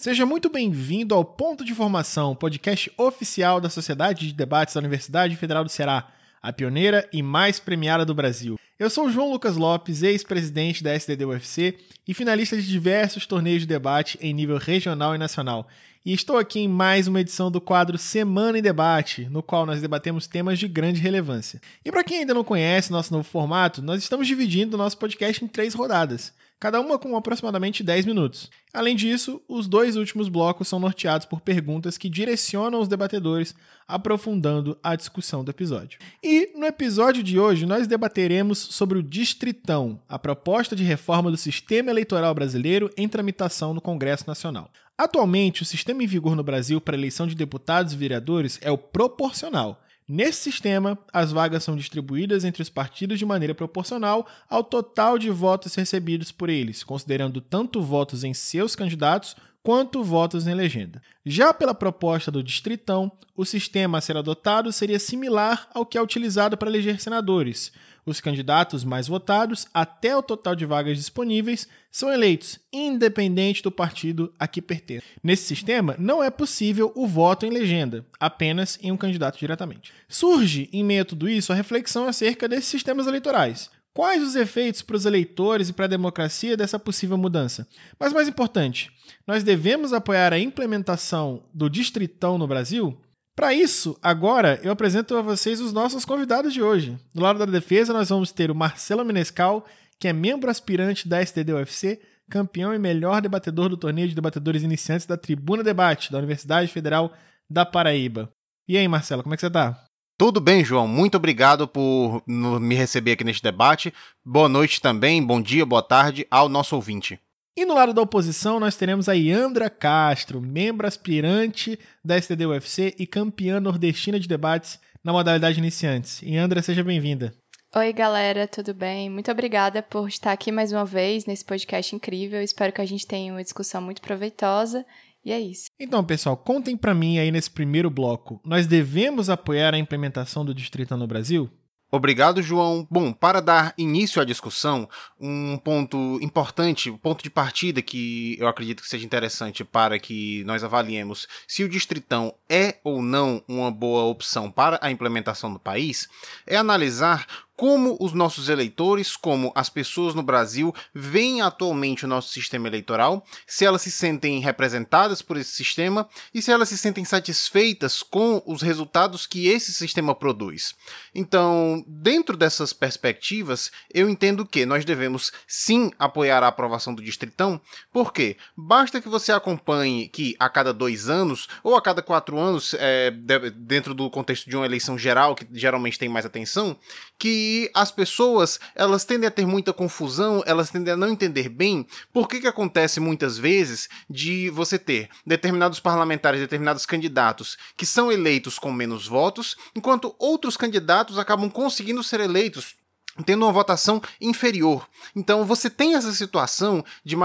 Seja muito bem-vindo ao Ponto de Informação, podcast oficial da Sociedade de Debates da Universidade Federal do Ceará, a pioneira e mais premiada do Brasil. Eu sou o João Lucas Lopes, ex-presidente da SDD-UFC e finalista de diversos torneios de debate em nível regional e nacional. E estou aqui em mais uma edição do quadro Semana em Debate, no qual nós debatemos temas de grande relevância. E para quem ainda não conhece nosso novo formato, nós estamos dividindo o nosso podcast em 3 rodadas, cada uma com aproximadamente 10 minutos. Além disso, os 2 últimos blocos são norteados por perguntas que direcionam os debatedores, aprofundando a discussão do episódio. E no episódio de hoje nós debateremos sobre o Distritão, a proposta de reforma do sistema eleitoral brasileiro em tramitação no Congresso Nacional. Atualmente, o sistema em vigor no Brasil para eleição de deputados e vereadores é o proporcional. Nesse sistema, as vagas são distribuídas entre os partidos de maneira proporcional ao total de votos recebidos por eles, considerando tanto votos em seus candidatos quanto votos em legenda. Já pela proposta do Distritão, o sistema a ser adotado seria similar ao que é utilizado para eleger senadores. Os candidatos mais votados, até o total de vagas disponíveis, são eleitos, independente do partido a que pertence. Nesse sistema, não é possível o voto em legenda, apenas em um candidato diretamente. Surge, em meio a tudo isso, a reflexão acerca desses sistemas eleitorais. Quais os efeitos para os eleitores e para a democracia dessa possível mudança? Mas mais importante, nós devemos apoiar a implementação do Distritão no Brasil? Para isso, agora eu apresento a vocês os nossos convidados de hoje. Do lado da defesa, nós vamos ter o Marcelo Menescal, que é membro aspirante da SDD-UFC, campeão e melhor debatedor do torneio de debatedores iniciantes da Tribuna Debate, da Universidade Federal da Paraíba. E aí, Marcelo, como é que você tá? Tudo bem, João. Muito obrigado por me receber aqui neste debate. Boa noite também, bom dia, boa tarde ao nosso ouvinte. E no lado da oposição, nós teremos a Yandra Castro, membro aspirante da STD-UFC e campeã nordestina de debates na modalidade iniciantes. Yandra, seja bem-vinda. Oi, galera, tudo bem? Muito obrigada por estar aqui mais uma vez nesse podcast incrível. Espero que a gente tenha uma discussão muito proveitosa. E é isso. Então, pessoal, contem pra mim aí nesse primeiro bloco. Nós devemos apoiar a implementação do Distritão no Brasil? Obrigado, João. Bom, para dar início à discussão, um ponto importante, um ponto de partida que eu acredito que seja interessante para que nós avaliemos se o Distritão é ou não uma boa opção para a implementação no país, é analisar como os nossos eleitores, como as pessoas no Brasil, veem atualmente o nosso sistema eleitoral, se elas se sentem representadas por esse sistema e se elas se sentem satisfeitas com os resultados que esse sistema produz. Então, dentro dessas perspectivas, eu entendo que nós devemos sim apoiar a aprovação do Distritão, porque basta que você acompanhe que a cada 2 anos ou a cada 4 anos, dentro do contexto de uma eleição geral, que geralmente tem mais atenção, que as pessoas, elas tendem a ter muita confusão, elas tendem a não entender bem por que acontece muitas vezes de você ter determinados parlamentares, determinados candidatos que são eleitos com menos votos, enquanto outros candidatos acabam conseguindo ser eleitos tendo uma votação inferior. Então você tem essa situação de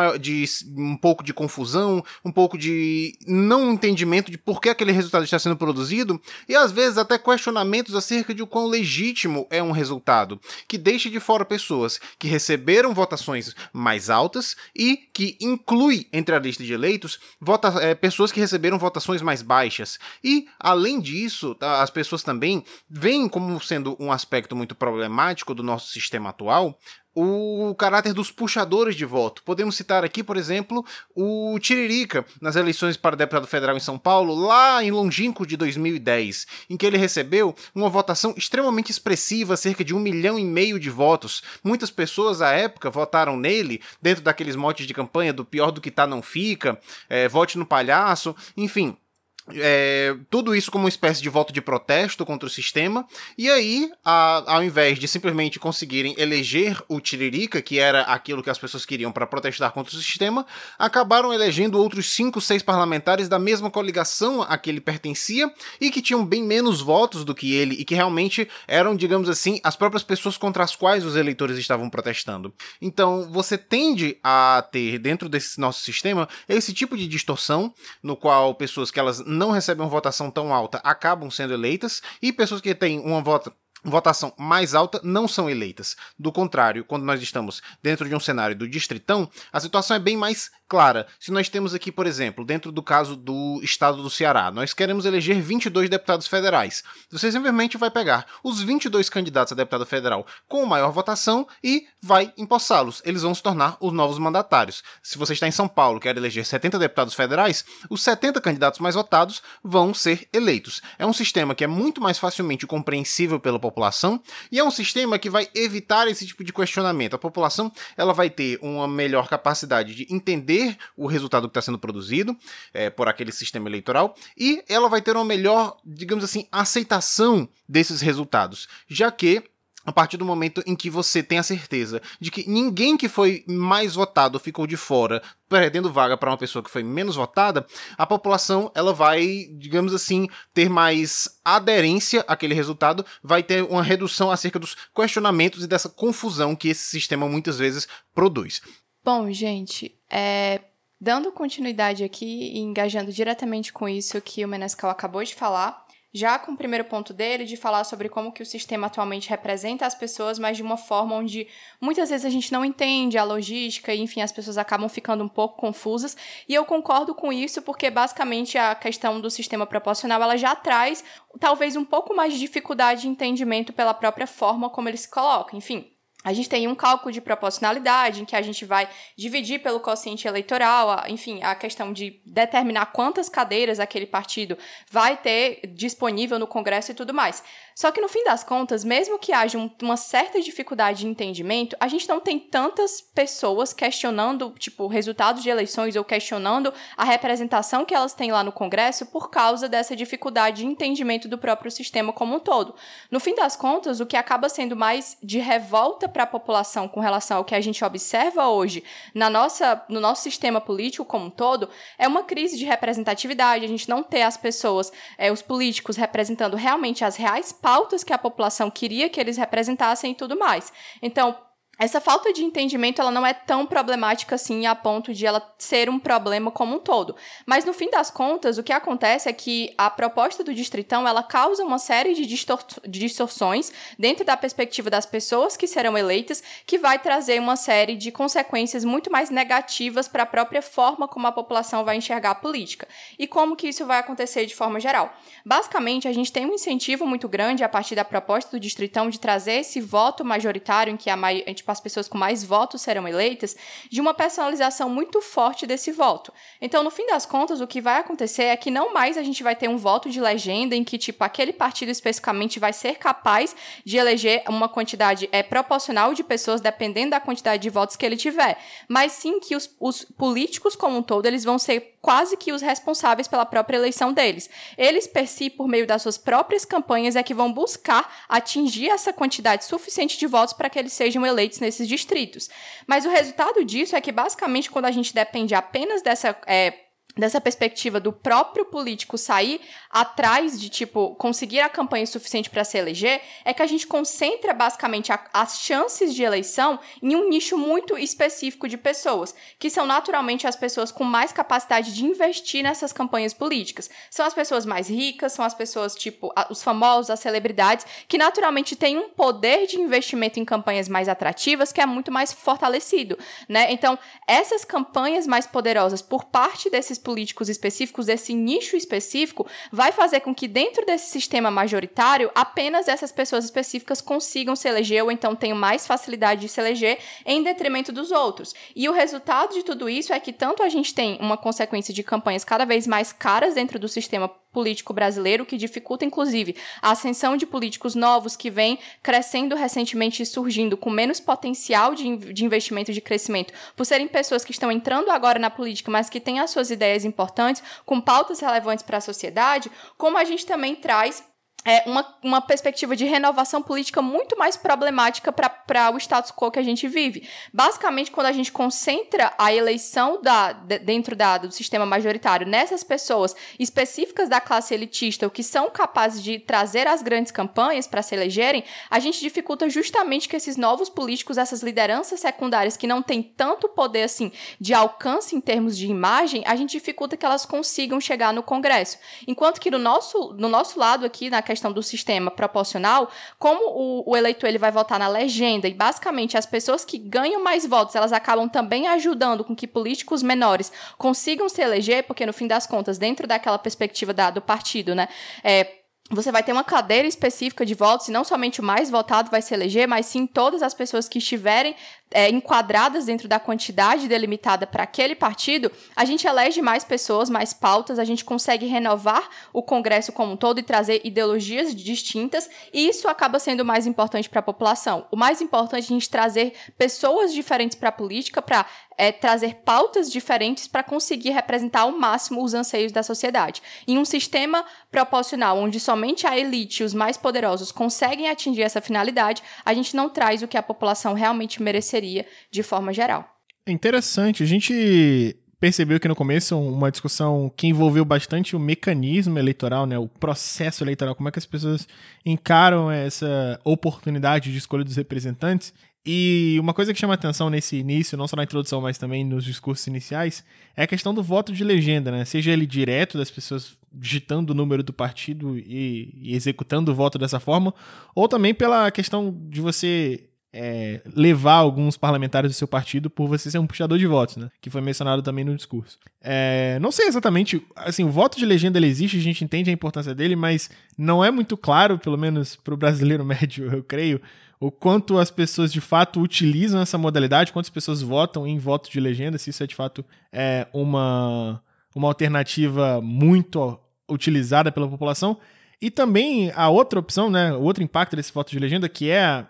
um pouco de confusão, um pouco de não entendimento de por que aquele resultado está sendo produzido e às vezes até questionamentos acerca de o quão legítimo é um resultado, que deixa de fora pessoas que receberam votações mais altas e que inclui entre a lista de eleitos pessoas que receberam votações mais baixas. E, além disso, as pessoas também veem como sendo um aspecto muito problemático do nosso sistema atual o caráter dos puxadores de voto. Podemos citar aqui, por exemplo, o Tiririca, nas eleições para deputado federal em São Paulo, lá em longínquo de 2010, em que ele recebeu uma votação extremamente expressiva, cerca de 1,5 milhão de votos. Muitas pessoas, à época, votaram nele, dentro daqueles motes de campanha do pior do que tá não fica, vote no palhaço, enfim. Tudo isso como uma espécie de voto de protesto contra o sistema, e aí, ao invés de simplesmente conseguirem eleger o Tiririca, que era aquilo que as pessoas queriam para protestar contra o sistema, acabaram elegendo outros 5, 6 parlamentares da mesma coligação a que ele pertencia, e que tinham bem menos votos do que ele, e que realmente eram, digamos assim, as próprias pessoas contra as quais os eleitores estavam protestando. Então, você tende a ter, dentro desse nosso sistema, esse tipo de distorção, no qual pessoas que elas não recebem uma votação tão alta acabam sendo eleitas, e pessoas que têm uma votação mais alta não são eleitas. Do contrário, quando nós estamos dentro de um cenário do Distritão, a situação é bem mais clara. Se nós temos aqui, por exemplo, dentro do caso do estado do Ceará, nós queremos eleger 22 deputados federais. Você simplesmente vai pegar os 22 candidatos a deputado federal com maior votação e vai empossá-los. Eles vão se tornar os novos mandatários. Se você está em São Paulo e quer eleger 70 deputados federais, os 70 candidatos mais votados vão ser eleitos. É um sistema que é muito mais facilmente compreensível pela população e é um sistema que vai evitar esse tipo de questionamento. A população ela vai ter uma melhor capacidade de entender o resultado que está sendo produzido por aquele sistema eleitoral e ela vai ter uma melhor, digamos assim, aceitação desses resultados, já que a partir do momento em que você tem a certeza de que ninguém que foi mais votado ficou de fora, perdendo vaga para uma pessoa que foi menos votada, a população ela vai, digamos assim, ter mais aderência àquele resultado, vai ter uma redução acerca dos questionamentos e dessa confusão que esse sistema muitas vezes produz. Bom, gente, dando continuidade aqui e engajando diretamente com isso que o Menescal acabou de falar, já com o primeiro ponto dele, de falar sobre como que o sistema atualmente representa as pessoas, mas de uma forma onde muitas vezes a gente não entende a logística e, enfim, as pessoas acabam ficando um pouco confusas. E eu concordo com isso porque, basicamente, a questão do sistema proporcional, ela já traz, talvez, um pouco mais de dificuldade de entendimento pela própria forma como ele se coloca. Enfim, a gente tem um cálculo de proporcionalidade em que a gente vai dividir pelo quociente eleitoral, enfim, a questão de determinar quantas cadeiras aquele partido vai ter disponível no Congresso e tudo mais. Só que, no fim das contas, mesmo que haja uma certa dificuldade de entendimento, a gente não tem tantas pessoas questionando, resultados de eleições ou questionando a representação que elas têm lá no Congresso por causa dessa dificuldade de entendimento do próprio sistema como um todo. No fim das contas, o que acaba sendo mais de revolta para a população com relação ao que a gente observa hoje no nosso sistema político como um todo é uma crise de representatividade, a gente não ter as pessoas, os políticos representando realmente as reais pautas que a população queria que eles representassem e tudo mais. Então, essa falta de entendimento ela não é tão problemática assim a ponto de ela ser um problema como um todo. Mas, no fim das contas, o que acontece é que a proposta do Distritão ela causa uma série de distorções dentro da perspectiva das pessoas que serão eleitas, que vai trazer uma série de consequências muito mais negativas para a própria forma como a população vai enxergar a política. E como que isso vai acontecer de forma geral? Basicamente, a gente tem um incentivo muito grande a partir da proposta do Distritão de trazer esse voto majoritário em que as pessoas com mais votos serão eleitas, de uma personalização muito forte desse voto. Então, no fim das contas, o que vai acontecer é que não mais a gente vai ter um voto de legenda em que, aquele partido especificamente vai ser capaz de eleger uma quantidade proporcional de pessoas, dependendo da quantidade de votos que ele tiver. Mas sim que os políticos como um todo, eles vão ser quase que os responsáveis pela própria eleição deles. Eles, per si, por meio das suas próprias campanhas, é que vão buscar atingir essa quantidade suficiente de votos para que eles sejam eleitos nesses distritos. Mas o resultado disso é que, basicamente, quando a gente depende apenas dessa perspectiva do próprio político sair atrás de, conseguir a campanha suficiente para se eleger, é que a gente concentra, basicamente, as chances de eleição em um nicho muito específico de pessoas, que são, naturalmente, as pessoas com mais capacidade de investir nessas campanhas políticas. São as pessoas mais ricas, são as pessoas, os famosos, as celebridades, que, naturalmente, têm um poder de investimento em campanhas mais atrativas que é muito mais fortalecido, né? Então, essas campanhas mais poderosas por parte desses políticos específicos, desse nicho específico, vai fazer com que dentro desse sistema majoritário, apenas essas pessoas específicas consigam se eleger ou então tenham mais facilidade de se eleger em detrimento dos outros. E o resultado de tudo isso é que tanto a gente tem uma consequência de campanhas cada vez mais caras dentro do sistema político brasileiro, que dificulta, inclusive, a ascensão de políticos novos que vêm crescendo recentemente e surgindo com menos potencial de investimento e de crescimento, por serem pessoas que estão entrando agora na política, mas que têm as suas ideias importantes, com pautas relevantes para a sociedade, como a gente também traz uma perspectiva de renovação política muito mais problemática para o status quo que a gente vive. Basicamente, quando a gente concentra a eleição dentro do sistema majoritário nessas pessoas específicas da classe elitista, ou que são capazes de trazer as grandes campanhas para se elegerem, a gente dificulta justamente que esses novos políticos, essas lideranças secundárias que não têm tanto poder assim de alcance em termos de imagem, a gente dificulta que elas consigam chegar no Congresso. Enquanto que no nosso lado aqui, na questão do sistema proporcional, como o eleitor ele vai votar na legenda e basicamente as pessoas que ganham mais votos, elas acabam também ajudando com que políticos menores consigam se eleger, porque no fim das contas, dentro daquela perspectiva do partido, né, você vai ter uma cadeira específica de votos e não somente o mais votado vai se eleger, mas sim todas as pessoas que estiverem enquadradas dentro da quantidade delimitada para aquele partido, a gente elege mais pessoas, mais pautas, a gente consegue renovar o Congresso como um todo e trazer ideologias distintas, e isso acaba sendo o mais importante para a população. O mais importante é a gente trazer pessoas diferentes para a política, para trazer pautas diferentes para conseguir representar ao máximo os anseios da sociedade. Em um sistema proporcional, onde somente a elite e os mais poderosos conseguem atingir essa finalidade, a gente não traz o que a população realmente mereceria de forma geral. É interessante, a gente percebeu aqui no começo uma discussão que envolveu bastante o mecanismo eleitoral, né, o processo eleitoral, como é que as pessoas encaram essa oportunidade de escolha dos representantes. E uma coisa que chama atenção nesse início, não só na introdução, mas também nos discursos iniciais, é a questão do voto de legenda, né? Seja ele direto, das pessoas digitando o número do partido e executando o voto dessa forma, ou também pela questão de você levar alguns parlamentares do seu partido por você ser um puxador de votos, né? Que foi mencionado também no discurso. Não sei exatamente, assim, o voto de legenda ele existe, a gente entende a importância dele, mas não é muito claro, pelo menos para o brasileiro médio, eu creio, o quanto as pessoas de fato utilizam essa modalidade, quantas pessoas votam em voto de legenda, se isso é de fato uma alternativa muito utilizada pela população. E também a outra opção, né, o outro impacto desse voto de legenda, que é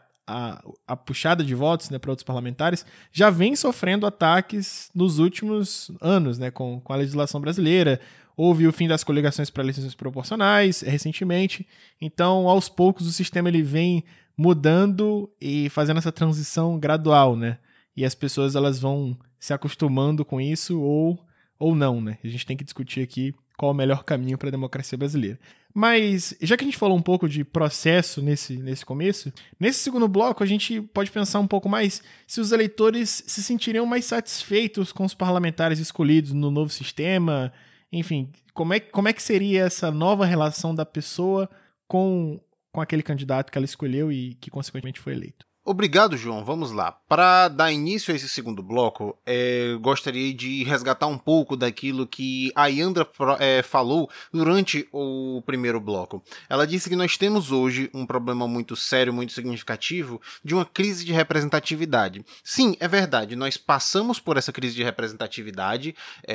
a puxada de votos, né, para outros parlamentares, já vem sofrendo ataques nos últimos anos, né, com a legislação brasileira. Houve o fim das coligações para eleições proporcionais recentemente. Então, aos poucos, o sistema ele vem mudando e fazendo essa transição gradual, né? E as pessoas elas vão se acostumando com isso ou não, né? A gente tem que discutir aqui qual é o melhor caminho para a democracia brasileira. Mas, já que a gente falou um pouco de processo nesse começo, nesse segundo bloco a gente pode pensar um pouco mais se os eleitores se sentiriam mais satisfeitos com os parlamentares escolhidos no novo sistema. Enfim, como é que seria essa nova relação da pessoa com aquele candidato que ela escolheu e que, consequentemente, foi eleito. Obrigado, João. Vamos lá. Para dar início a esse segundo bloco, gostaria de resgatar um pouco daquilo que a Yandra falou durante o primeiro bloco. Ela disse que nós temos hoje um problema muito sério, muito significativo, de uma crise de representatividade. Sim, é verdade, nós passamos por essa crise de representatividade.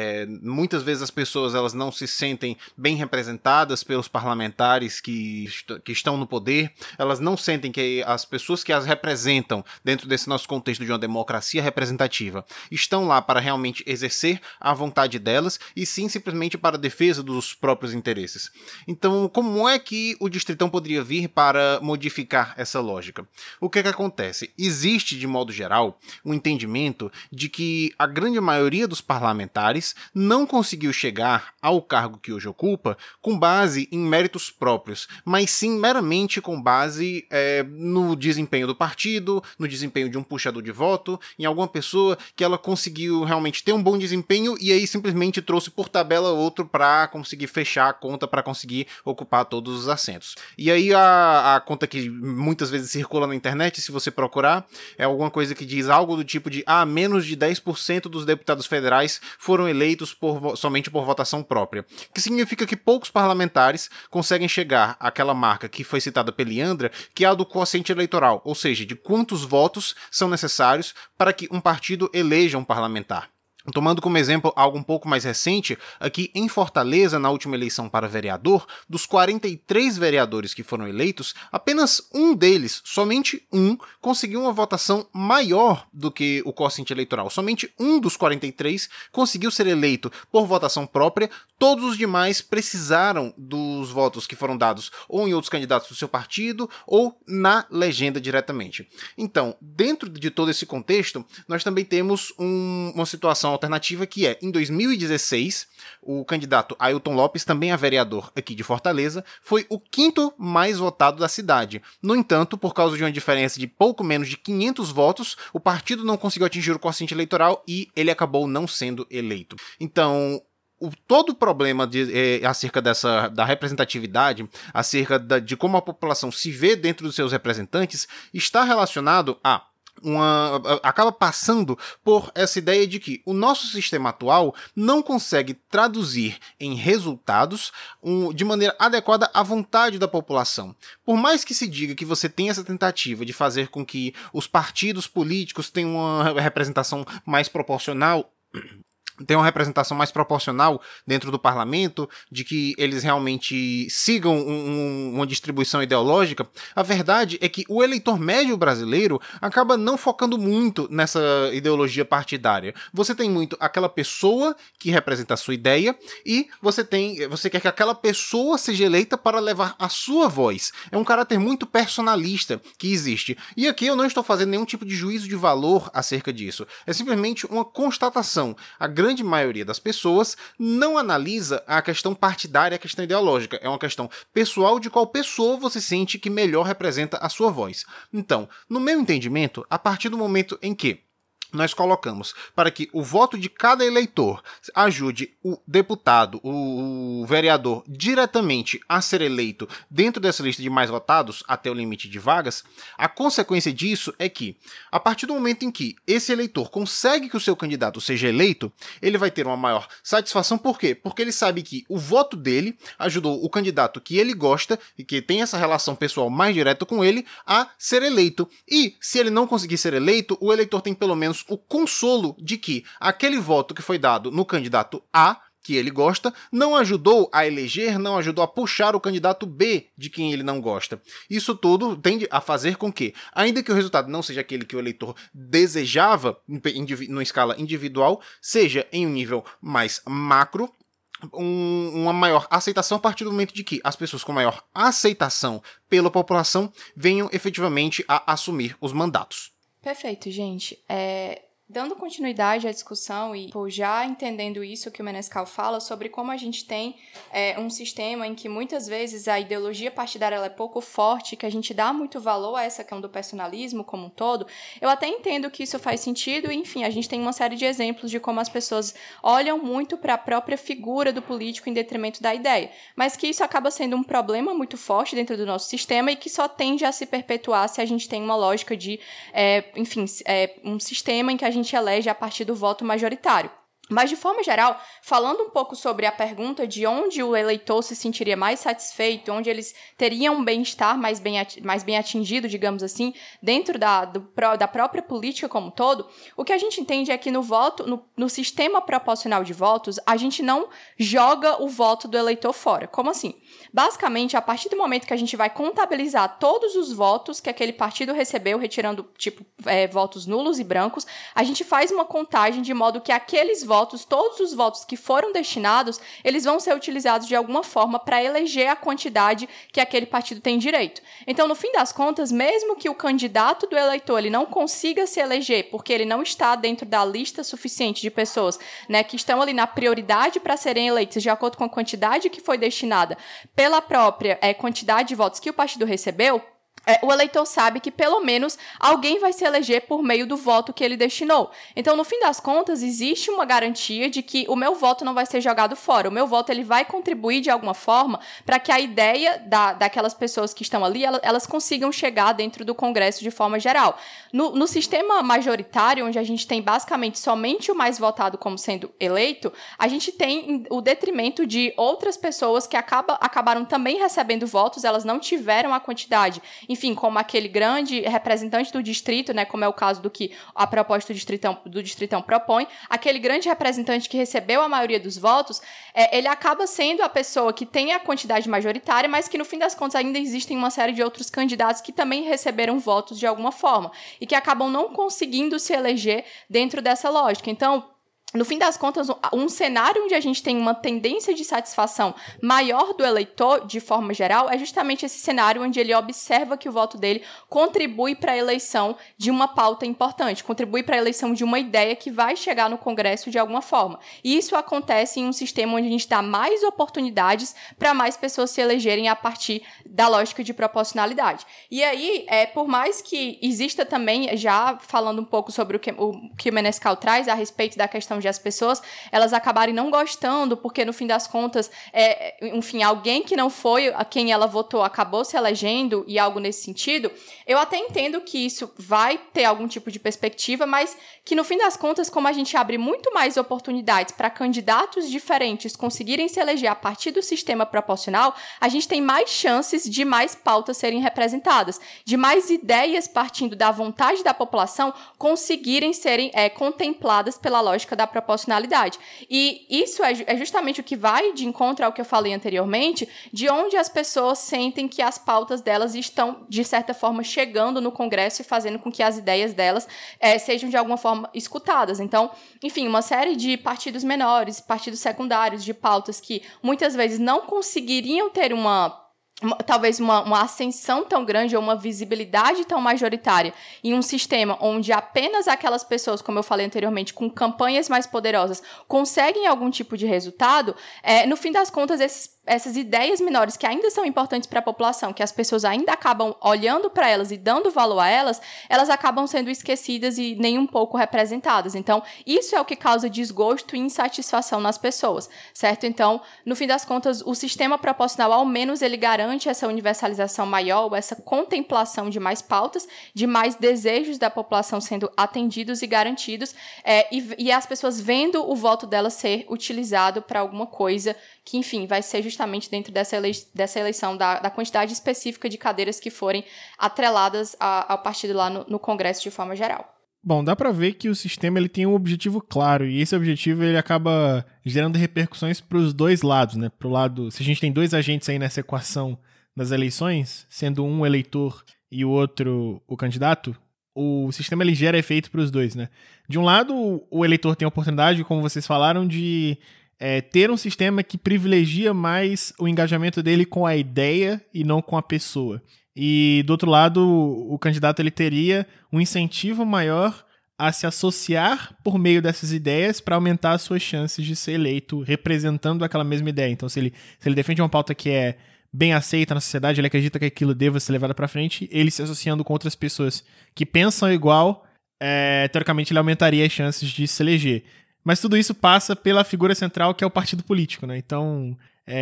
Muitas vezes as pessoas elas não se sentem bem representadas pelos parlamentares que estão no poder, elas não sentem que as pessoas que as representam dentro desse nosso contexto de uma democracia representativa, estão lá para realmente exercer a vontade delas e sim simplesmente para a defesa dos próprios interesses. Então, como é que o Distritão poderia vir para modificar essa lógica? O que acontece? Existe, de modo geral, um entendimento de que a grande maioria dos parlamentares não conseguiu chegar ao cargo que hoje ocupa com base em méritos próprios, mas sim meramente com base no desempenho do partido, no desempenho de um puxador de voto, em alguma pessoa que ela conseguiu realmente ter um bom desempenho e aí simplesmente trouxe por tabela outro para conseguir fechar a conta, para conseguir ocupar todos os assentos. E aí a conta que muitas vezes circula na internet, se você procurar, é alguma coisa que diz algo do tipo de menos de 10% dos deputados federais foram eleitos somente por votação própria. Que significa que poucos parlamentares conseguem chegar àquela marca que foi citada pela Yandra, que é a do quociente eleitoral, ou seja, de quantos votos são necessários para que um partido eleja um parlamentar. Tomando como exemplo algo um pouco mais recente, aqui em Fortaleza, na última eleição para vereador, dos 43 vereadores que foram eleitos, apenas um deles, somente um, conseguiu uma votação maior do que o quociente eleitoral. Somente um dos 43 conseguiu ser eleito por votação própria, todos os demais precisaram dos votos que foram dados ou em outros candidatos do seu partido ou na legenda diretamente. Então, dentro de todo esse contexto, nós também temos uma situação alternativa que em 2016, o candidato Ailton Lopes, também é vereador aqui de Fortaleza, foi o 5º mais votado da cidade. No entanto, por causa de uma diferença de pouco menos de 500 votos, o partido não conseguiu atingir o quociente eleitoral e ele acabou não sendo eleito. Então, todo o problema acerca da representatividade, acerca de como a população se vê dentro dos seus representantes, está relacionado acaba passando por essa ideia de que o nosso sistema atual não consegue traduzir em resultados de maneira adequada à vontade da população. Por mais que se diga que você tem essa tentativa de fazer com que os partidos políticos tenham uma representação mais proporcional, dentro do parlamento, de que eles realmente sigam uma distribuição ideológica, a verdade é que o eleitor médio brasileiro acaba não focando muito nessa ideologia partidária. Você tem muito aquela pessoa que representa a sua ideia e você quer que aquela pessoa seja eleita para levar a sua voz. É um caráter muito personalista que existe. E aqui eu não estou fazendo nenhum tipo de juízo de valor acerca disso. É simplesmente uma constatação. A grande maioria das pessoas não analisa a questão partidária, a questão ideológica. É uma questão pessoal de qual pessoa você sente que melhor representa a sua voz. Então, no meu entendimento, a partir do momento em que nós colocamos para que o voto de cada eleitor ajude o deputado, o vereador, diretamente a ser eleito dentro dessa lista de mais votados até o limite de vagas, a consequência disso é que, a partir do momento em que esse eleitor consegue que o seu candidato seja eleito, ele vai ter uma maior satisfação. Por quê? Porque ele sabe que o voto dele ajudou o candidato que ele gosta e que tem essa relação pessoal mais direta com ele a ser eleito. E, se ele não conseguir ser eleito, o eleitor tem pelo menos o consolo de que aquele voto que foi dado no candidato A, que ele gosta, não ajudou a eleger, não ajudou a puxar o candidato B, de quem ele não gosta. Isso tudo tende a fazer com que, ainda que o resultado não seja aquele que o eleitor desejava, numa escala individual, seja em um nível mais macro, uma maior aceitação a partir do momento de que as pessoas com maior aceitação pela população venham efetivamente a assumir os mandatos. Perfeito, gente. Dando continuidade à discussão e já entendendo isso que o Menescal fala sobre como a gente tem um sistema em que muitas vezes a ideologia partidária ela é pouco forte, que a gente dá muito valor a essa questão do personalismo como um todo, eu até entendo que isso faz sentido e, enfim, a gente tem uma série de exemplos de como as pessoas olham muito para a própria figura do político em detrimento da ideia, mas que isso acaba sendo um problema muito forte dentro do nosso sistema e que só tende a se perpetuar se a gente tem uma lógica de, um sistema em que a gente elege a partir do voto majoritário. Mas, de forma geral, falando um pouco sobre a pergunta de onde o eleitor se sentiria mais satisfeito, onde eles teriam um bem-estar mais bem atingido, digamos assim, dentro da própria política como um todo, o que a gente entende é que no sistema proporcional de votos, a gente não joga o voto do eleitor fora. Como assim? Basicamente, a partir do momento que a gente vai contabilizar todos os votos que aquele partido recebeu, retirando, votos nulos e brancos, a gente faz uma contagem de modo que aqueles votos, todos os votos que foram destinados, eles vão ser utilizados de alguma forma para eleger a quantidade que aquele partido tem direito. Então, no fim das contas, mesmo que o candidato do eleitor ele não consiga se eleger porque ele não está dentro da lista suficiente de pessoas, né, que estão ali na prioridade para serem eleitas de acordo com a quantidade que foi destinada pela própria quantidade de votos que o partido recebeu, o eleitor sabe que pelo menos alguém vai se eleger por meio do voto que ele destinou. Então, no fim das contas, existe uma garantia de que o meu voto não vai ser jogado fora. O meu voto ele vai contribuir de alguma forma para que a ideia daquelas pessoas que estão ali, elas consigam chegar dentro do Congresso de forma geral. No sistema majoritário, onde a gente tem basicamente somente o mais votado como sendo eleito, a gente tem o detrimento de outras pessoas que acabaram também recebendo votos, elas não tiveram a quantidade, enfim, como aquele grande representante do distrito, né, como é o caso do que a proposta do Distritão propõe, aquele grande representante que recebeu a maioria dos votos, ele acaba sendo a pessoa que tem a quantidade majoritária, mas que no fim das contas ainda existem uma série de outros candidatos que também receberam votos de alguma forma e que acabam não conseguindo se eleger dentro dessa lógica. Então, no fim das contas, um cenário onde a gente tem uma tendência de satisfação maior do eleitor, de forma geral, é justamente esse cenário onde ele observa que o voto dele contribui para a eleição de uma pauta importante, contribui para a eleição de uma ideia que vai chegar no Congresso de alguma forma. E isso acontece em um sistema onde a gente dá mais oportunidades para mais pessoas se elegerem a partir da lógica de proporcionalidade. E aí, por mais que exista também, já falando um pouco sobre o que o Menescal traz a respeito da questão onde as pessoas, elas acabarem não gostando, porque no fim das contas, enfim, alguém que não foi a quem ela votou acabou se elegendo e algo nesse sentido, eu até entendo que isso vai ter algum tipo de perspectiva, mas que no fim das contas, como a gente abre muito mais oportunidades para candidatos diferentes conseguirem se eleger a partir do sistema proporcional, a gente tem mais chances de mais pautas serem representadas, de mais ideias partindo da vontade da população conseguirem serem contempladas pela lógica da proporcionalidade. E isso é justamente o que vai de encontro ao que eu falei anteriormente, de onde as pessoas sentem que as pautas delas estão, de certa forma, chegando no Congresso e fazendo com que as ideias delas sejam, de alguma forma, escutadas. Então, enfim, uma série de partidos menores, partidos secundários, de pautas que muitas vezes não conseguiriam ter talvez uma ascensão tão grande ou uma visibilidade tão majoritária em um sistema onde apenas aquelas pessoas, como eu falei anteriormente, com campanhas mais poderosas, conseguem algum tipo de resultado, no fim das contas, essas ideias menores que ainda são importantes para a população, que as pessoas ainda acabam olhando para elas e dando valor a elas acabam sendo esquecidas e nem um pouco representadas. Então, isso é o que causa desgosto e insatisfação nas pessoas, certo? Então, no fim das contas, o sistema proporcional, ao menos, ele garante essa universalização maior, essa contemplação de mais pautas, de mais desejos da população sendo atendidos e garantidos, e as pessoas vendo o voto delas ser utilizado para alguma coisa que, enfim, vai ser justamente dentro dessa eleição da quantidade específica de cadeiras que forem atreladas ao partido lá no Congresso de forma geral. Bom, dá pra ver que o sistema ele tem um objetivo claro, e esse objetivo ele acaba gerando repercussões para os dois lados, né? Pro lado, se a gente tem dois agentes aí nessa equação das eleições, sendo um eleitor e o outro o candidato, o sistema ele gera efeito para os dois, né? De um lado, o eleitor tem a oportunidade, como vocês falaram, de ter um sistema que privilegia mais o engajamento dele com a ideia e não com a pessoa. E, do outro lado, o candidato ele teria um incentivo maior a se associar por meio dessas ideias para aumentar as suas chances de ser eleito representando aquela mesma ideia. Então, se ele defende uma pauta que é bem aceita na sociedade, ele acredita que aquilo deva ser levado para frente, ele se associando com outras pessoas que pensam igual, teoricamente ele aumentaria as chances de se eleger. Mas tudo isso passa pela figura central, que é o partido político, né? Então,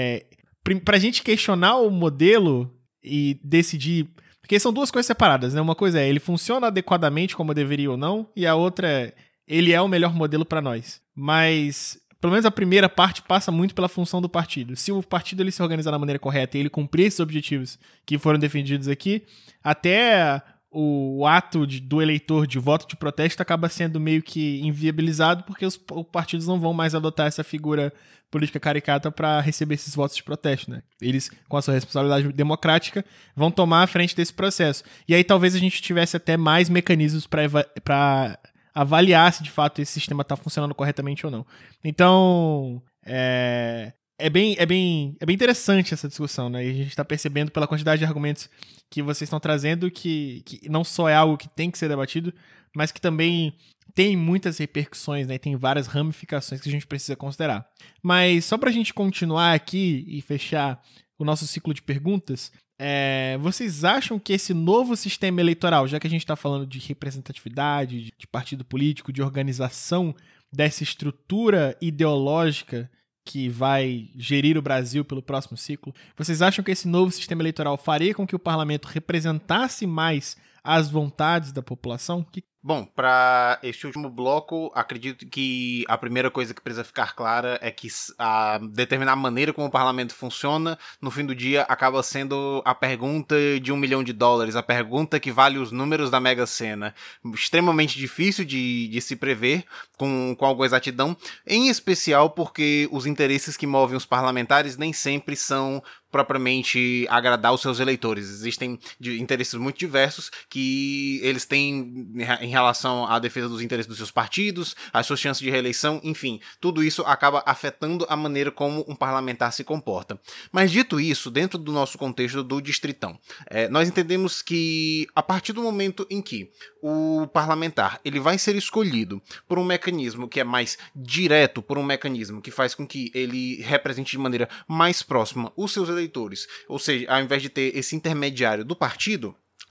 pra gente questionar o modelo e decidir... Porque são duas coisas separadas, né? Uma coisa ele funciona adequadamente como deveria ou não, e a outra ele é o melhor modelo para nós. Mas, pelo menos a primeira parte passa muito pela função do partido. Se o partido ele se organizar da maneira correta e ele cumprir esses objetivos que foram defendidos aqui, até o ato do eleitor de voto de protesto acaba sendo meio que inviabilizado porque os partidos não vão mais adotar essa figura política caricata para receber esses votos de protesto, né? Eles, com a sua responsabilidade democrática, vão tomar a frente desse processo. E aí talvez a gente tivesse até mais mecanismos para avaliar se de fato esse sistema está funcionando corretamente ou não. Então, é bem interessante essa discussão, né? E a gente está percebendo pela quantidade de argumentos que vocês estão trazendo que não só é algo que tem que ser debatido, mas que também tem muitas repercussões, né? Tem várias ramificações que a gente precisa considerar. Mas só para a gente continuar aqui e fechar o nosso ciclo de perguntas, vocês acham que esse novo sistema eleitoral, já que a gente está falando de representatividade, de partido político, de organização dessa estrutura ideológica que vai gerir o Brasil pelo próximo ciclo, vocês acham que esse novo sistema eleitoral faria com que o parlamento representasse mais as vontades da população? Bom, para este último bloco, acredito que a primeira coisa que precisa ficar clara é que determinar a maneira como o parlamento funciona, no fim do dia, acaba sendo a pergunta de $1 milhão, a pergunta que vale os números da Mega Sena. Extremamente difícil de se prever com alguma exatidão, em especial porque os interesses que movem os parlamentares nem sempre são propriamente agradar os seus eleitores. Existem interesses muito diversos que eles têm em relação à defesa dos interesses dos seus partidos, as suas chances de reeleição, enfim, tudo isso acaba afetando a maneira como um parlamentar se comporta. Mas dito isso, dentro do nosso contexto do distritão, nós entendemos que a partir do momento em que o parlamentar ele vai ser escolhido por um mecanismo que é mais direto, por um mecanismo que faz com que ele represente de maneira mais próxima os seus eleitores, ou seja, ao invés de ter esse intermediário do partido,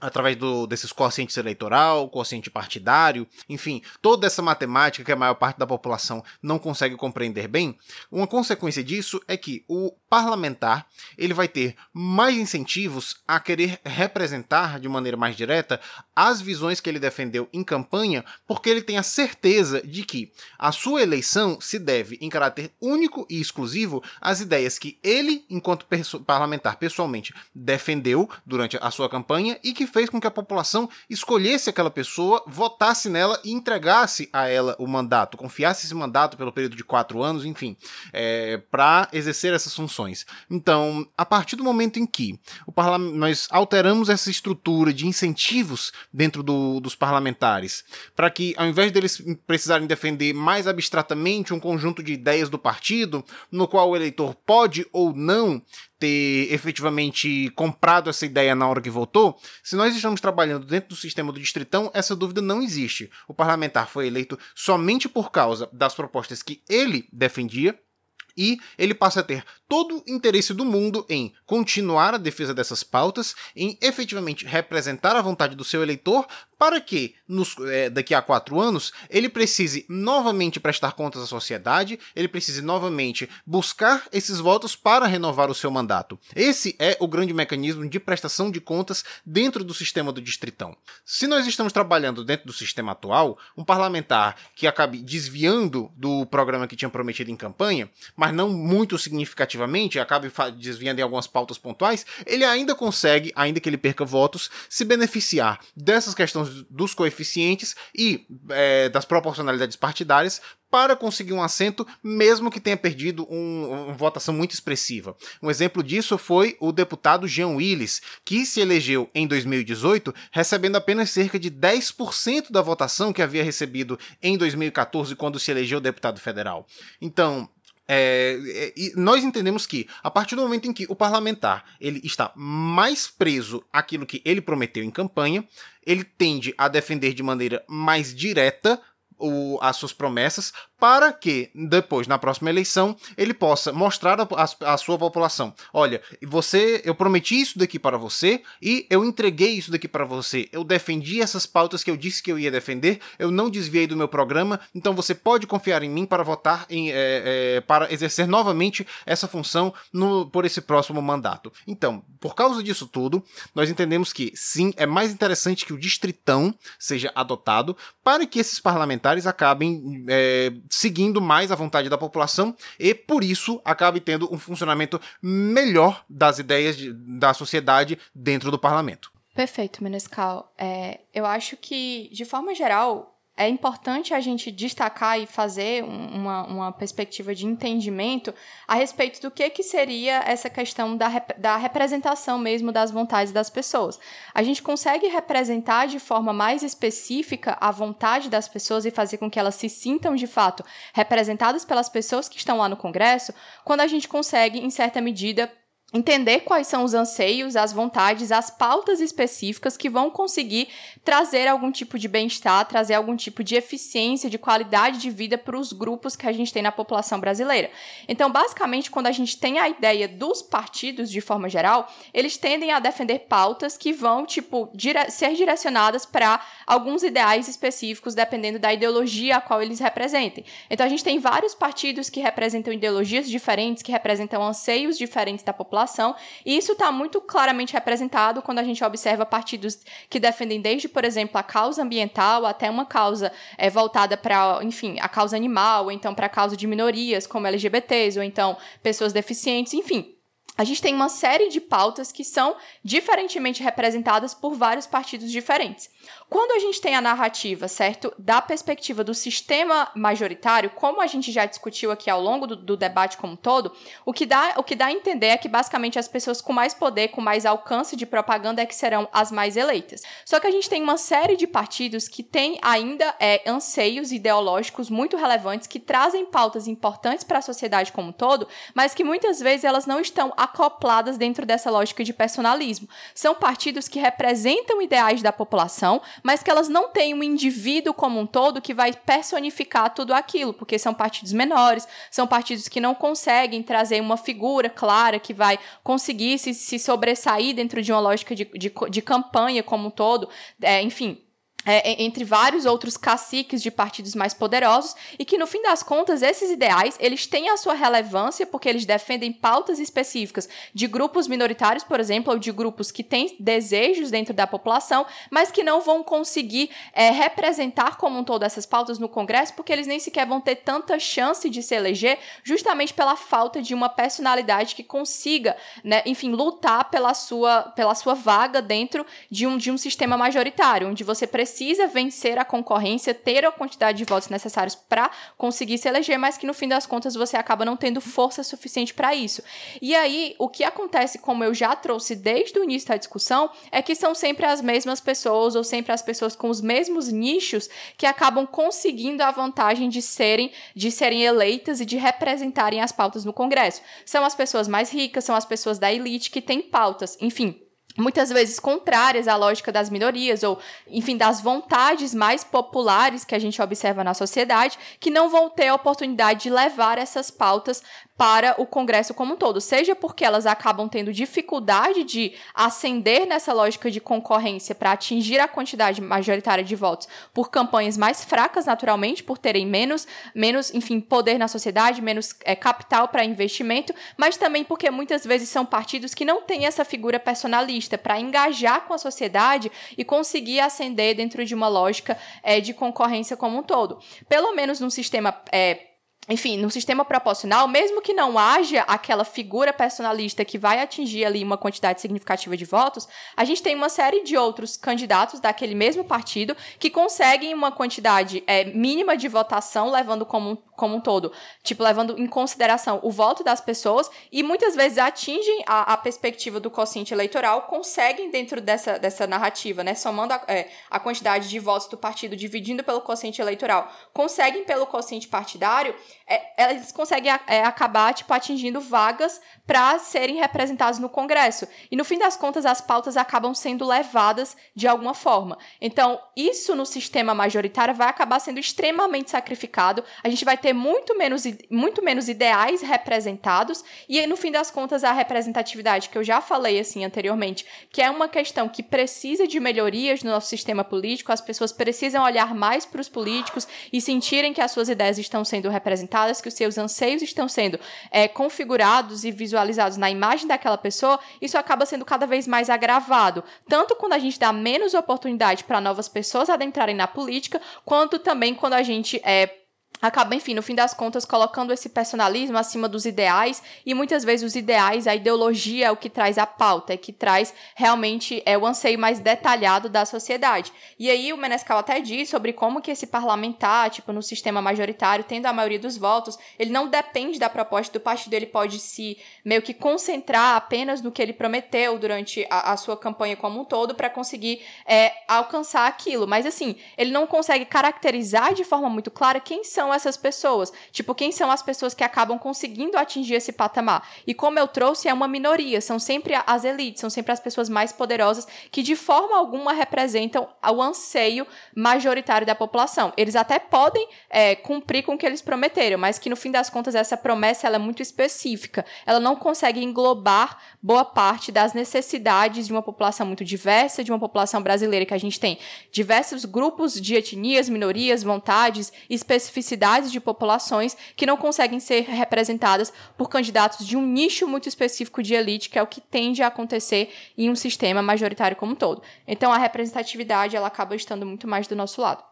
através desses quocientes eleitoral, quociente partidário, enfim, toda essa matemática que a maior parte da população não consegue compreender bem, uma consequência disso é que o parlamentar ele vai ter mais incentivos a querer representar de maneira mais direta as visões que ele defendeu em campanha, porque ele tem a certeza de que a sua eleição se deve, em caráter único e exclusivo, às ideias que ele, enquanto parlamentar, pessoalmente defendeu durante a sua campanha e que fez com que a população escolhesse aquela pessoa, votasse nela e entregasse a ela o mandato, confiasse esse mandato pelo período de 4 anos, enfim, para exercer essas funções. Então, a partir do momento em que nós alteramos essa estrutura de incentivos dentro dos parlamentares, para que, ao invés deles precisarem defender mais abstratamente um conjunto de ideias do partido, no qual o eleitor pode ou não ter efetivamente comprado essa ideia na hora que votou, se nós estamos trabalhando dentro do sistema do distritão, essa dúvida não existe. O parlamentar foi eleito somente por causa das propostas que ele defendia, e ele passa a ter todo o interesse do mundo em continuar a defesa dessas pautas, em efetivamente representar a vontade do seu eleitor, para que, daqui a 4 anos, ele precise novamente prestar contas à sociedade, ele precise novamente buscar esses votos para renovar o seu mandato. Esse é o grande mecanismo de prestação de contas dentro do sistema do distritão. Se nós estamos trabalhando dentro do sistema atual, um parlamentar que acabe desviando do programa que tinha prometido em campanha, mas não muito significativamente, acabe desviando em algumas pautas pontuais, ele ainda consegue, ainda que ele perca votos, se beneficiar dessas questões dos coeficientes e das proporcionalidades partidárias para conseguir um assento, mesmo que tenha perdido uma votação muito expressiva. Um exemplo disso foi o deputado Jean Willis, que se elegeu em 2018, recebendo apenas cerca de 10% da votação que havia recebido em 2014, quando se elegeu deputado federal. Então, nós entendemos que, a partir do momento em que o parlamentar ele está mais preso àquilo que ele prometeu em campanha, ele tende a defender de maneira mais direta as suas promessas, para que depois, na próxima eleição, ele possa mostrar à sua população: olha, eu prometi isso daqui para você e eu entreguei isso daqui para você, eu defendi essas pautas que eu disse que eu ia defender, eu não desviei do meu programa, então você pode confiar em mim para votar, para exercer novamente essa função por esse próximo mandato. Então, por causa disso tudo, nós entendemos que sim, é mais interessante que o distritão seja adotado para que esses parlamentares acabem seguindo mais a vontade da população e, por isso, acabe tendo um funcionamento melhor das ideias da sociedade dentro do parlamento. Perfeito, Menescal. Eu acho que, de forma geral, é importante a gente destacar e fazer uma perspectiva de entendimento a respeito do que seria essa questão da representação mesmo das vontades das pessoas. A gente consegue representar de forma mais específica a vontade das pessoas e fazer com que elas se sintam, de fato, representadas pelas pessoas que estão lá no Congresso, quando a gente consegue, em certa medida, entender quais são os anseios, as vontades, as pautas específicas que vão conseguir trazer algum tipo de bem-estar, trazer algum tipo de eficiência, de qualidade de vida para os grupos que a gente tem na população brasileira. Então, basicamente, quando a gente tem a ideia dos partidos, de forma geral, eles tendem a defender pautas que vão, ser direcionadas para alguns ideais específicos, dependendo da ideologia a qual eles representem. Então, a gente tem vários partidos que representam ideologias diferentes, que representam anseios diferentes da população, e isso está muito claramente representado quando a gente observa partidos que defendem desde, por exemplo, a causa ambiental até uma causa voltada para, enfim, a causa animal, ou então para a causa de minorias, como LGBTs, ou então pessoas deficientes, enfim. A gente tem uma série de pautas que são diferentemente representadas por vários partidos diferentes. Quando a gente tem a narrativa, certo, da perspectiva do sistema majoritário, como a gente já discutiu aqui ao longo do debate como um todo, o que dá a entender é que basicamente as pessoas com mais poder, com mais alcance de propaganda é que serão as mais eleitas. Só que a gente tem uma série de partidos que têm ainda anseios ideológicos muito relevantes, que trazem pautas importantes para a sociedade como um todo, mas que muitas vezes elas não estão acopladas dentro dessa lógica de personalismo. São partidos que representam ideais da população, mas que elas não têm um indivíduo como um todo que vai personificar tudo aquilo, porque são partidos menores, são partidos que não conseguem trazer uma figura clara que vai conseguir se sobressair dentro de uma lógica de campanha como um todo, enfim... entre vários outros caciques de partidos mais poderosos, e que, no fim das contas, esses ideais, eles têm a sua relevância porque eles defendem pautas específicas de grupos minoritários, por exemplo, ou de grupos que têm desejos dentro da população, mas que não vão conseguir representar como um todo essas pautas no Congresso, porque eles nem sequer vão ter tanta chance de se eleger, justamente pela falta de uma personalidade que consiga, né, enfim, lutar pela sua vaga dentro de um sistema majoritário, onde você precisa vencer a concorrência, ter a quantidade de votos necessários para conseguir se eleger, mas que no fim das contas você acaba não tendo força suficiente para isso. E aí, o que acontece, como eu já trouxe desde o início da discussão, é que são sempre as mesmas pessoas, ou sempre as pessoas com os mesmos nichos, que acabam conseguindo a vantagem de serem eleitas e de representarem as pautas no Congresso. São as pessoas mais ricas, são as pessoas da elite que têm pautas, enfim, muitas vezes contrárias à lógica das minorias ou, enfim, das vontades mais populares que a gente observa na sociedade, que não vão ter a oportunidade de levar essas pautas para o Congresso como um todo, seja porque elas acabam tendo dificuldade de ascender nessa lógica de concorrência para atingir a quantidade majoritária de votos por campanhas mais fracas, naturalmente, por terem menos, enfim, poder na sociedade, menos capital para investimento, mas também porque muitas vezes são partidos que não têm essa figura personalista para engajar com a sociedade e conseguir ascender dentro de uma lógica de concorrência como um todo. Pelo menos num sistema... Enfim, no sistema proporcional, mesmo que não haja aquela figura personalista que vai atingir ali uma quantidade significativa de votos, a gente tem uma série de outros candidatos daquele mesmo partido que conseguem uma quantidade mínima de votação, levando como um todo, tipo, levando em consideração o voto das pessoas, e muitas vezes atingem a perspectiva do quociente eleitoral, conseguem dentro dessa narrativa, né, somando a quantidade de votos do partido, dividindo pelo quociente eleitoral, conseguem pelo quociente partidário, eles conseguem acabar, tipo, atingindo vagas para serem representados no Congresso. E, no fim das contas, as pautas acabam sendo levadas de alguma forma. Então, isso no sistema majoritário vai acabar sendo extremamente sacrificado. A gente vai ter muito menos ideais representados. E aí, no fim das contas, a representatividade, que eu já falei assim anteriormente, que é uma questão que precisa de melhorias no nosso sistema político, as pessoas precisam olhar mais para os políticos e sentirem que as suas ideias estão sendo representadas, que os seus anseios estão sendo configurados e visualizados na imagem daquela pessoa. Isso acaba sendo cada vez mais agravado, tanto quando a gente dá menos oportunidade para novas pessoas adentrarem na política, quanto também quando a gente acaba, enfim, no fim das contas, colocando esse personalismo acima dos ideais, e muitas vezes os ideais, a ideologia é o que traz a pauta, é que traz realmente o anseio mais detalhado da sociedade. E aí o Menescal até diz sobre como que esse parlamentar, tipo, no sistema majoritário, tendo a maioria dos votos, ele não depende da proposta do partido, ele pode se meio que concentrar apenas no que ele prometeu durante a sua campanha como um todo para conseguir alcançar aquilo. Mas, assim, ele não consegue caracterizar de forma muito clara quem são essas pessoas, tipo, quem são as pessoas que acabam conseguindo atingir esse patamar. E como eu trouxe, é uma minoria, são sempre as elites, são sempre as pessoas mais poderosas que de forma alguma representam o anseio majoritário da população. Eles até podem cumprir com o que eles prometeram, mas que no fim das contas essa promessa ela é muito específica, ela não consegue englobar boa parte das necessidades de uma população muito diversa, de uma população brasileira que a gente tem diversos grupos de etnias, minorias, vontades, especificidades de populações que não conseguem ser representadas por candidatos de um nicho muito específico de elite, que é o que tende a acontecer em um sistema majoritário como um todo. Então, a representatividade, ela acaba estando muito mais do nosso lado.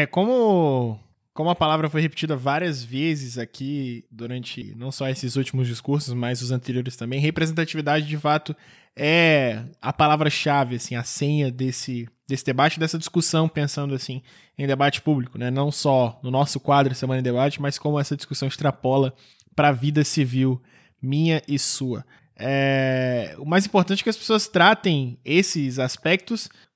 Como a palavra foi repetida várias vezes aqui durante não só esses últimos discursos, mas os anteriores também, representatividade, de fato, é a palavra-chave, assim, a senha desse debate, dessa discussão, pensando assim em debate público, né? Não só no nosso quadro Semana em Debate, mas como essa discussão extrapola para a vida civil minha e sua. O mais importante é que as pessoas tratem esses aspectos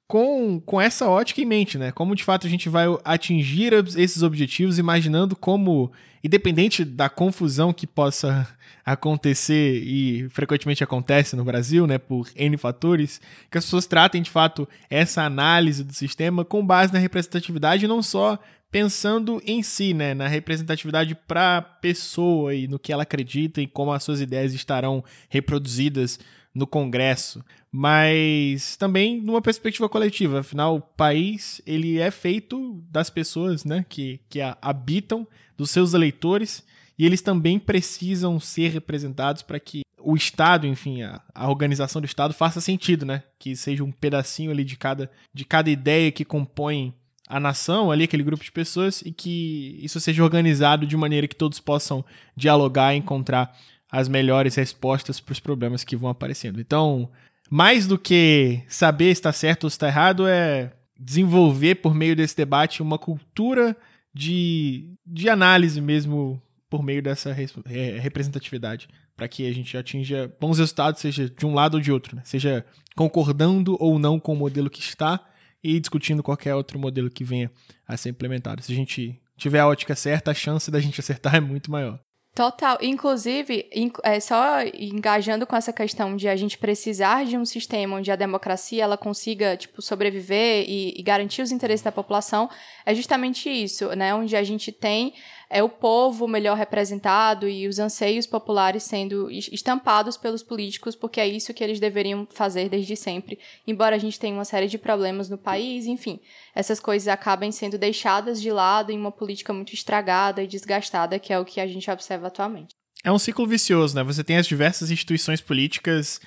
com essa ótica em mente, né? Como de fato a gente vai atingir esses objetivos, imaginando como, independente da confusão que possa acontecer e frequentemente acontece no Brasil, né, por N fatores, que as pessoas tratem de fato essa análise do sistema com base na representatividade, não só pensando em si, né, na representatividade para a pessoa e no que ela acredita e como as suas ideias estarão reproduzidas no Congresso, mas também numa perspectiva coletiva. Afinal, o país ele é feito das pessoas, né, que habitam, dos seus eleitores, e eles também precisam ser representados para que o Estado, enfim, a organização do Estado faça sentido, né, que seja um pedacinho ali de cada ideia que compõe a nação, ali aquele grupo de pessoas, e que isso seja organizado de maneira que todos possam dialogar e encontrar as melhores respostas para os problemas que vão aparecendo. Então, mais do que saber se está certo ou se está errado, é desenvolver por meio desse debate uma cultura de análise mesmo por meio dessa representatividade, para que a gente atinja bons resultados, seja de um lado ou de outro, né? Seja concordando ou não com o modelo que está e discutindo qualquer outro modelo que venha a ser implementado. Se a gente tiver a ótica certa, a chance da gente acertar é muito maior. Total. Inclusive, só engajando com essa questão de a gente precisar de um sistema onde a democracia ela consiga sobreviver e garantir os interesses da população, é justamente isso, né? Onde a gente tem o povo melhor representado e os anseios populares sendo estampados pelos políticos, porque é isso que eles deveriam fazer desde sempre. Embora a gente tenha uma série de problemas no país, enfim, essas coisas acabem sendo deixadas de lado em uma política muito estragada e desgastada, que é o que a gente observa atualmente. É um ciclo vicioso, né? Você tem as diversas instituições políticas,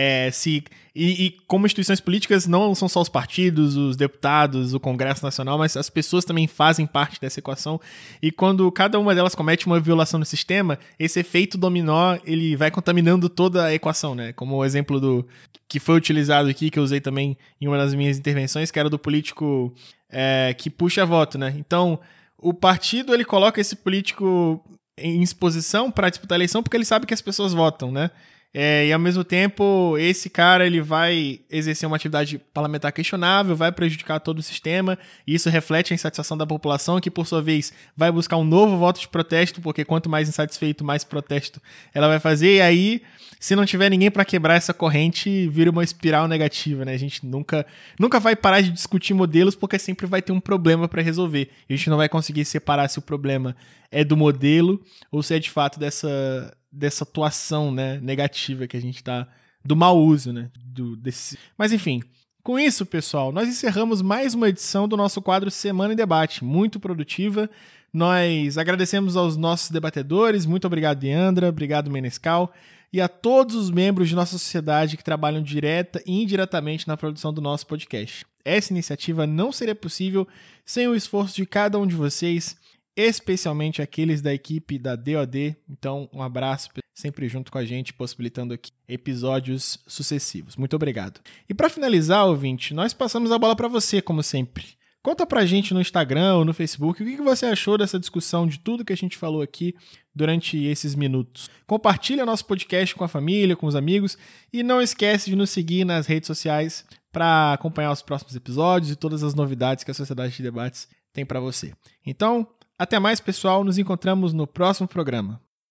e como instituições políticas não são só os partidos, os deputados, o Congresso Nacional, mas as pessoas também fazem parte dessa equação, e quando cada uma delas comete uma violação no sistema, esse efeito dominó, ele vai contaminando toda a equação, né? Como o exemplo que foi utilizado aqui, que eu usei também em uma das minhas intervenções, que era do político que puxa voto, né? Então, o partido, ele coloca esse político em exposição para disputar a eleição porque ele sabe que as pessoas votam, né? E ao mesmo tempo, esse cara ele vai exercer uma atividade parlamentar questionável, vai prejudicar todo o sistema, e isso reflete a insatisfação da população, que por sua vez vai buscar um novo voto de protesto, porque quanto mais insatisfeito, mais protesto ela vai fazer, e aí, se não tiver ninguém para quebrar essa corrente, vira uma espiral negativa, né? A gente nunca vai parar de discutir modelos, porque sempre vai ter um problema para resolver. A gente não vai conseguir separar se o problema é do modelo ou se é de fato dessa atuação, né, negativa que a gente tá, do mau uso, né, Mas enfim, com isso, pessoal, nós encerramos mais uma edição do nosso quadro Semana em Debate, muito produtiva. Nós agradecemos aos nossos debatedores, muito obrigado, Deandra, obrigado, Menescal, e a todos os membros de nossa sociedade que trabalham direta e indiretamente na produção do nosso podcast. Essa iniciativa não seria possível sem o esforço de cada um de vocês, especialmente aqueles da equipe da DOD. Então, um abraço, sempre junto com a gente, possibilitando aqui episódios sucessivos. Muito obrigado. E para finalizar, ouvinte, nós passamos a bola para você, como sempre. Conta pra gente no Instagram ou no Facebook o que você achou dessa discussão, de tudo que a gente falou aqui durante esses minutos. Compartilha nosso podcast com a família, com os amigos, e não esquece de nos seguir nas redes sociais para acompanhar os próximos episódios e todas as novidades que a Sociedade de Debates tem para você. Então, até mais, pessoal. Nos encontramos no próximo programa.